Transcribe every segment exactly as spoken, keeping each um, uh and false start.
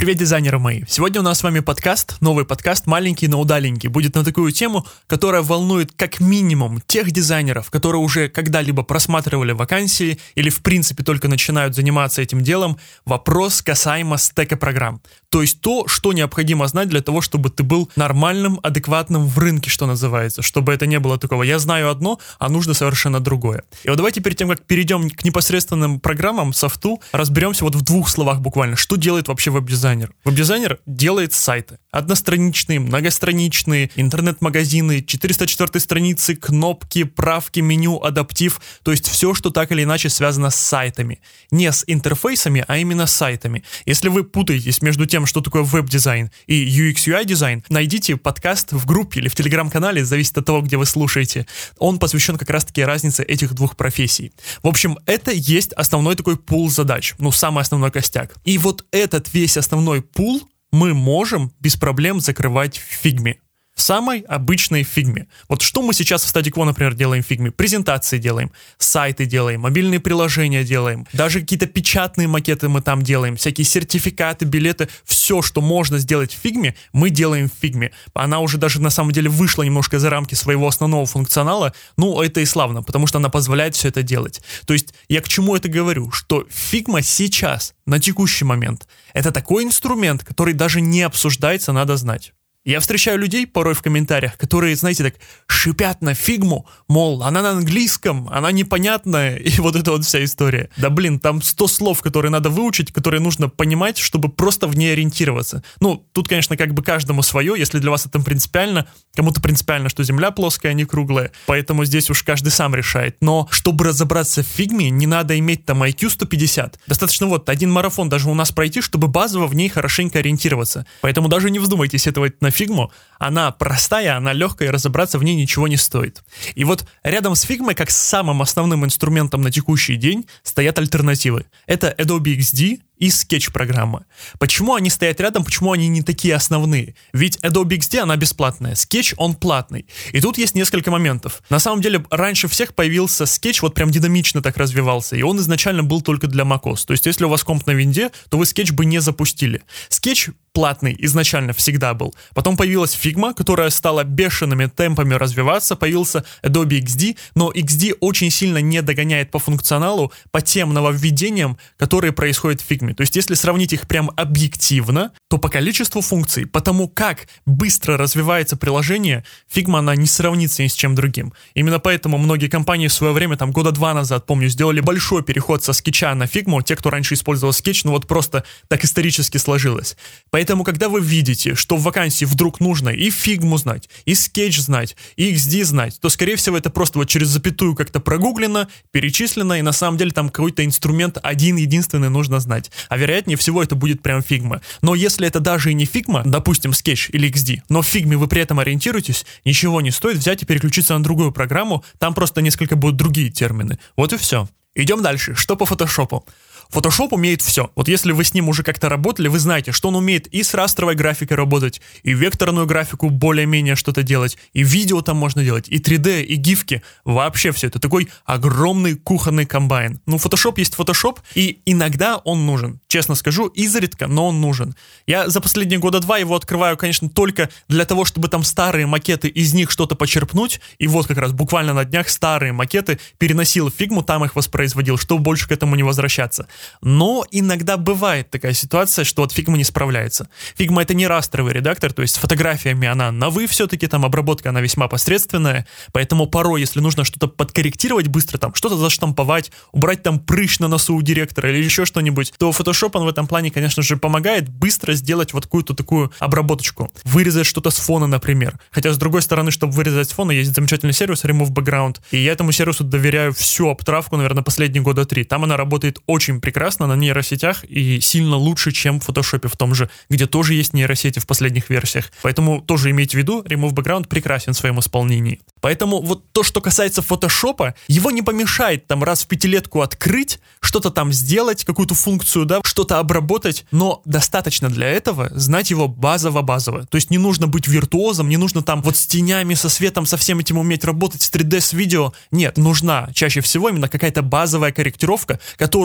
Привет, дизайнеры мои! Сегодня у нас с вами подкаст, новый подкаст, маленький, но удаленький. Будет на такую тему, которая волнует как минимум тех дизайнеров, которые уже когда-либо просматривали вакансии или в принципе только начинают заниматься этим делом. Вопрос касаемо стека программ. То есть то, что необходимо знать для того, чтобы ты был нормальным, адекватным в рынке, что называется. Чтобы это не было такого «я знаю одно, а нужно совершенно другое». И вот давайте перед тем, как перейдем к непосредственным программам, софту, разберемся вот в двух словах буквально, что делает вообще веб-дизайнер. Веб-дизайнер делает сайты. Одностраничные, многостраничные, интернет-магазины, четыреста четвёртой страницы, кнопки, правки, меню, адаптив. То есть все, что так или иначе связано с сайтами. Не с интерфейсами, а именно с сайтами. Если вы путаетесь между тем, что такое веб-дизайн и ю экс ю ай-дизайн, найдите подкаст в группе или в телеграм-канале, зависит от того, где вы слушаете. Он посвящен как раз-таки разнице этих двух профессий. В общем, это есть основной такой пул задач. Ну, самый основной костяк. И вот этот весь основной пул мы можем без проблем закрывать в фигме. В самой обычной фигме. Вот что мы сейчас в Static One, например, делаем в фигме? Презентации делаем, сайты делаем, мобильные приложения делаем, даже какие-то печатные макеты мы там делаем, всякие сертификаты, билеты, все, что можно сделать в фигме, мы делаем в фигме. Она уже даже на самом деле вышла немножко за рамки своего основного функционала, ну это и славно, потому что она позволяет все это делать. То есть я к чему это говорю? Что фигма сейчас, на текущий момент, это такой инструмент, который даже не обсуждается, надо знать. Я встречаю людей порой в комментариях, которые, знаете, так шипят на фигму, мол, она на английском, она непонятная, и вот эта вот вся история. Да блин, там сто слов, которые надо выучить, которые нужно понимать, чтобы просто в ней ориентироваться. Ну, тут, конечно, как бы каждому свое, если для вас это принципиально, кому-то принципиально, что Земля плоская, а не круглая, поэтому здесь уж каждый сам решает. Но чтобы разобраться в фигме, не надо иметь там ай кью сто пятьдесят. Достаточно вот один марафон даже у нас пройти, чтобы базово в ней хорошенько ориентироваться. Поэтому даже не вздумайте сетовать на фигму, она простая, она легкая, разобраться в ней ничего не стоит. И вот рядом с фигмой, как с самым основным инструментом на текущий день, стоят альтернативы. Это Adobe икс ди и Sketch программа. Почему они стоят рядом, почему они не такие основные? Ведь Adobe икс ди, она бесплатная, Sketch, он платный. И тут есть несколько моментов. На самом деле, раньше всех появился Sketch, вот прям динамично так развивался, и он изначально был только для macOS. То есть, если у вас комп на винде, то вы Sketch бы не запустили. Sketch платный изначально всегда был. Потом появилась Figma, которая стала бешеными темпами развиваться, появился Adobe икс ди, но икс ди очень сильно не догоняет по функционалу, по тем нововведениям, которые происходят в Figma. То есть, если сравнить их прям объективно, то по количеству функций, по тому, как быстро развивается приложение, Figma, она не сравнится ни с чем другим. Именно поэтому многие компании в свое время, там года два назад, помню, сделали большой переход со Sketch'а на Figma. Те, кто раньше использовал Sketch, ну вот просто так исторически сложилось. Поэтому, когда вы видите, что в вакансии вдруг нужно и Figma знать, и Sketch знать, и икс ди знать, то, скорее всего, это просто вот через запятую как-то прогуглено, перечислено, и на самом деле там какой-то инструмент один-единственный нужно знать. А вероятнее всего это будет прям Figma. Но если это даже и не Figma, допустим, Sketch или икс ди, но в Figma вы при этом ориентируетесь, ничего не стоит взять и переключиться на другую программу, там просто несколько будут другие термины. Вот и все. Идем дальше. Что по Photoshop? Photoshop умеет все. Вот если вы с ним уже как-то работали, вы знаете, что он умеет и с растровой графикой работать, и векторную графику более-менее что-то делать, и видео там можно делать, и три дэ, и гифки. Вообще все. Это такой огромный кухонный комбайн. Ну, Photoshop есть Photoshop, и иногда он нужен. Честно скажу, изредка, но он нужен. Я за последние года два его открываю, конечно, только для того, чтобы там старые макеты, из них что-то почерпнуть, и вот как раз буквально на днях старые макеты переносил в Figma, там их воспроизводил, чтобы больше к этому не возвращаться. Но иногда бывает такая ситуация, что вот Figma не справляется. Figma — это не растровый редактор, то есть с фотографиями она на «вы» все-таки, там обработка она весьма посредственная, поэтому порой, если нужно что-то подкорректировать быстро, там что-то заштамповать, убрать там прыщ на носу у директора или еще что-нибудь, то Photoshop, он в этом плане, конечно же, помогает быстро сделать вот какую-то такую обработочку. Вырезать что-то с фона, например. Хотя, с другой стороны, чтобы вырезать с фона, есть замечательный сервис Remove Background, и я этому сервису доверяю всю обтравку, наверное, последние года три. Там она работает очень прекрасно на нейросетях и сильно лучше, чем в Photoshop в том же, где тоже есть нейросети в последних версиях. Поэтому тоже имейте в виду, Remove Background прекрасен в своем исполнении. Поэтому вот то, что касается Photoshop, его не помешает там раз в пятилетку открыть, что-то там сделать, какую-то функцию, да, что-то обработать, но достаточно для этого знать его базово-базово. То есть не нужно быть виртуозом, не нужно там вот с тенями, со светом, со всем этим уметь работать, с три дэ, с видео. Нет, нужна чаще всего именно какая-то базовая корректировка, которую вы,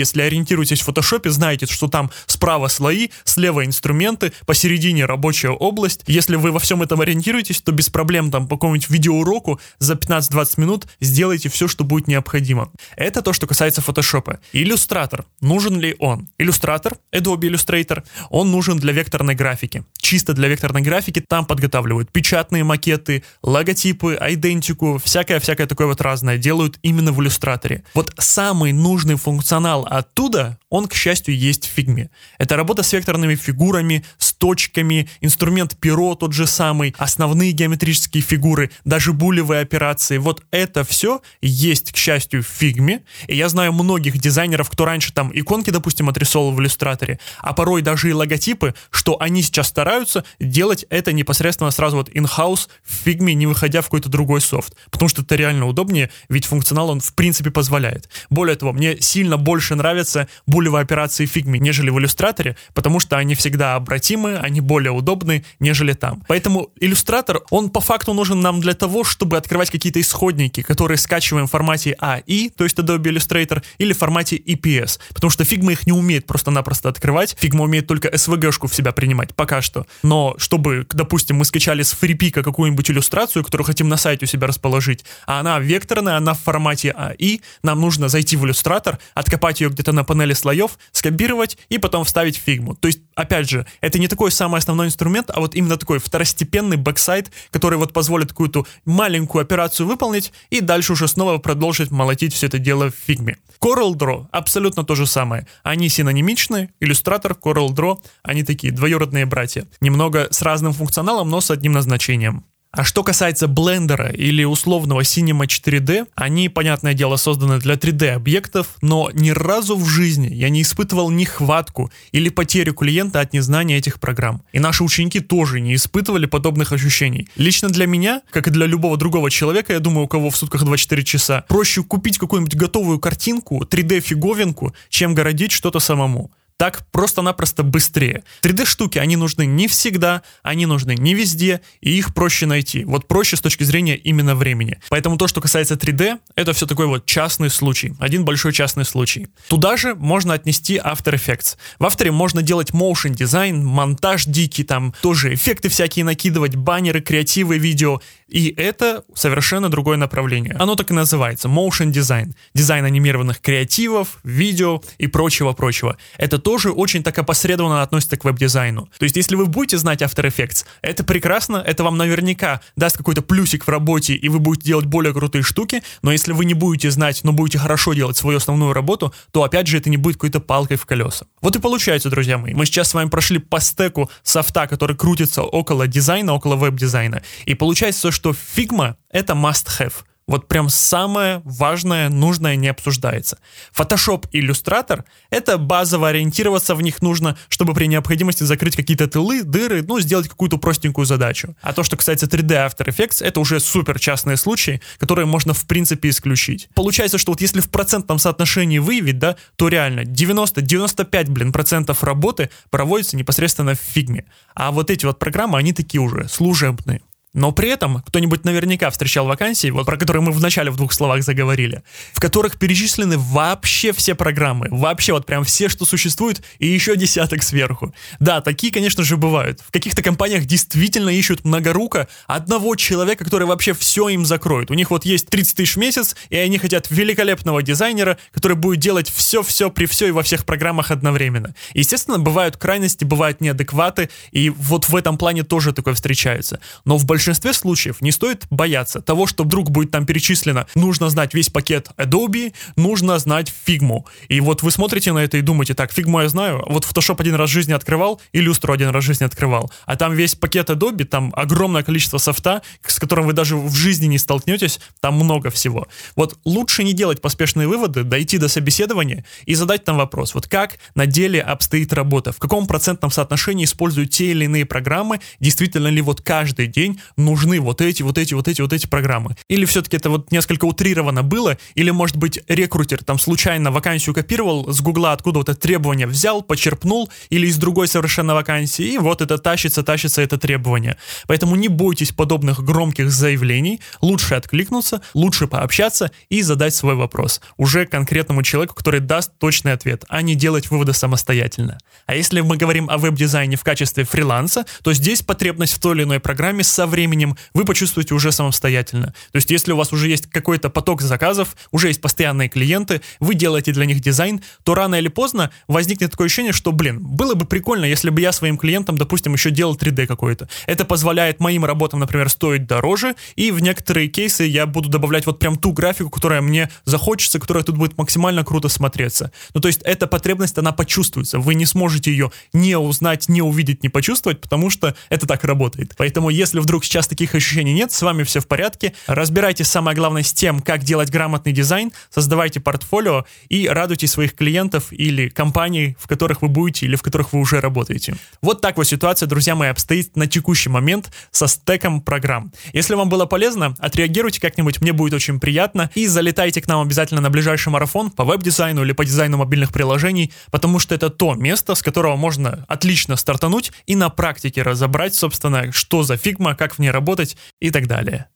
если ориентируетесь в фотошопе, знаете, что там справа слои, слева инструменты, посередине рабочая область. Если вы во всем этом ориентируетесь, то без проблем там по какому-нибудь видеоуроку за пятнадцать-двадцать минут сделайте все, что будет необходимо. Это то, что касается фотошопа. Иллюстратор. Нужен ли он? Иллюстратор, Adobe Illustrator, он нужен для векторной графики. Чисто для векторной графики там подготавливают печатные макеты, логотипы, айдентику, всякое-всякое такое вот разное делают именно в иллюстраторе. Вот самый нужный функционал оттуда, он, к счастью, есть в Figma. Это работа с векторными фигурами, с точками, инструмент перо тот же самый, основные геометрические фигуры, даже булевые операции. Вот это все есть, к счастью, в Figma. И я знаю многих дизайнеров, кто раньше там иконки, допустим, отрисовывал в иллюстраторе, а порой даже и логотипы, что они сейчас стараются делать это непосредственно сразу вот in-house в Figma, не выходя в какой-то другой софт. Потому что это реально удобнее, ведь функционал он в принципе позволяет. Более того, мне сильно больше нравятся булевые операции в Figma, нежели в иллюстраторе, потому что они всегда обратимы, они более удобны, нежели там. Поэтому иллюстратор, он по факту нужен нам для того, чтобы открывать какие-то исходники, которые скачиваем в формате эй ай, то есть Adobe Illustrator, или в формате и пи эс, потому что Figma их не умеет просто-напросто открывать, Figma умеет только эс ви джи-шку в себя принимать, пока что. Но чтобы, допустим, мы скачали с фрипика какую-нибудь иллюстрацию, которую хотим на сайте у себя расположить, а она векторная, она в формате эй ай, нам нужно зайти в иллюстратор, откопать ее где-то на панели слоев, скопировать и потом вставить в Figma. То есть, опять же, это не такой самый основной инструмент, а вот именно такой второстепенный бэксайд, который вот позволит какую-то маленькую операцию выполнить и дальше уже снова продолжить молотить все это дело в Figma. CorelDRAW абсолютно то же самое. Они синонимичны, Illustrator, CorelDRAW, они такие двоюродные братья. Немного с разным функционалом, но с одним назначением. А что касается блендера или условного Cinema четыре дэ, они, понятное дело, созданы для три дэ-объектов, но ни разу в жизни я не испытывал нехватку или потерю клиента от незнания этих программ. И наши ученики тоже не испытывали подобных ощущений. Лично для меня, как и для любого другого человека, я думаю, у кого в сутках двадцать четыре часа, проще купить какую-нибудь готовую картинку, три дэ-фиговинку, чем городить что-то самому. Так просто-напросто быстрее. три дэ-штуки, они нужны не всегда, они нужны не везде, и их проще найти. Вот проще с точки зрения именно времени. Поэтому то, что касается три дэ, это все такой вот частный случай. Один большой частный случай. Туда же можно отнести After Effects. В After можно делать motion дизайн, монтаж дикий, там тоже эффекты всякие накидывать, баннеры, креативы, видео. И это совершенно другое направление. Оно так и называется, motion дизайн. Дизайн анимированных креативов, видео и прочего-прочего. Это тоже очень так опосредованно относится к веб-дизайну. То есть, если вы будете знать After Effects, это прекрасно, это вам наверняка даст какой-то плюсик в работе, и вы будете делать более крутые штуки, но если вы не будете знать, но будете хорошо делать свою основную работу, то, опять же, это не будет какой-то палкой в колеса. Вот и получается, друзья мои, мы сейчас с вами прошли по стеку софта, который крутится около дизайна, около веб-дизайна, и получается, что Figma — это must-have. Вот прям самое важное, нужное не обсуждается. Photoshop и Illustrator — это базово ориентироваться в них нужно, чтобы при необходимости закрыть какие-то тылы, дыры, ну, сделать какую-то простенькую задачу. А то, что касается три дэ After Effects, это уже супер частные случаи, которые можно в принципе исключить. Получается, что вот если в процентном соотношении выявить, да, то реально девяносто-девяносто пять, блин, процентов работы проводится непосредственно в Figma. А вот эти вот программы, они такие уже служебные. Но при этом кто-нибудь наверняка встречал вакансии, вот про которые мы вначале в двух словах заговорили, в которых перечислены вообще все программы, вообще вот прям все, что существует, и еще десяток сверху. Да, такие, конечно же, бывают. В каких-то компаниях действительно ищут многоруко одного человека, который вообще все им закроет. У них вот есть тридцать тысяч в месяц, и они хотят великолепного дизайнера, который будет делать все-все при все и во всех программах одновременно. Естественно, бывают крайности, бывают неадекваты, и вот в этом плане тоже такое встречается. Но в большинстве В большинстве случаев не стоит бояться того, что вдруг будет там перечислено, нужно знать весь пакет Adobe, нужно знать Figma. И вот вы смотрите на это и думаете, так, Figma я знаю, вот Photoshop один раз в жизни открывал, Illustrator один раз в жизни открывал, а там весь пакет Adobe, там огромное количество софта, с которым вы даже в жизни не столкнетесь, там много всего. Вот лучше не делать поспешные выводы, дойти до собеседования и задать там вопрос, вот как на деле обстоит работа, в каком процентном соотношении используют те или иные программы, действительно ли вот каждый день нужны вот эти, вот эти, вот эти, вот эти программы. Или все-таки это вот несколько утрировано было, или, может быть, рекрутер там случайно вакансию копировал с Гугла, откуда вот это требование взял, почерпнул, или из другой совершенно вакансии, и вот это тащится, тащится это требование. Поэтому не бойтесь подобных громких заявлений, лучше откликнуться, лучше пообщаться и задать свой вопрос уже конкретному человеку, который даст точный ответ, а не делать выводы самостоятельно. А если мы говорим о веб-дизайне в качестве фриланса, то здесь потребность в той или иной программе со временем вы почувствуете уже самостоятельно. То есть если у вас уже есть какой-то поток заказов, уже есть постоянные клиенты, вы делаете для них дизайн, то рано или поздно возникнет такое ощущение, что, блин, было бы прикольно, если бы я своим клиентам, допустим, еще делал три дэ какое-то. Это позволяет моим работам, например, стоить дороже, и в некоторые кейсы я буду добавлять вот прям ту графику, которая мне захочется, которая тут будет максимально круто смотреться. Ну, то есть эта потребность, она почувствуется. Вы не сможете ее не узнать, не увидеть, не почувствовать, потому что это так работает. Поэтому, если вдруг сейчас таких ощущений нет, с вами все в порядке. Разбирайтесь, самое главное, с тем, как делать грамотный дизайн, создавайте портфолио и радуйте своих клиентов или компаний, в которых вы будете или в которых вы уже работаете. Вот так вот ситуация, друзья мои, обстоит на текущий момент со стеком программ. Если вам было полезно, отреагируйте как-нибудь, мне будет очень приятно, и залетайте к нам обязательно на ближайший марафон по веб-дизайну или по дизайну мобильных приложений, потому что это то место, с которого можно отлично стартануть и на практике разобрать, собственно, что за фигма, как в ней работать и так далее.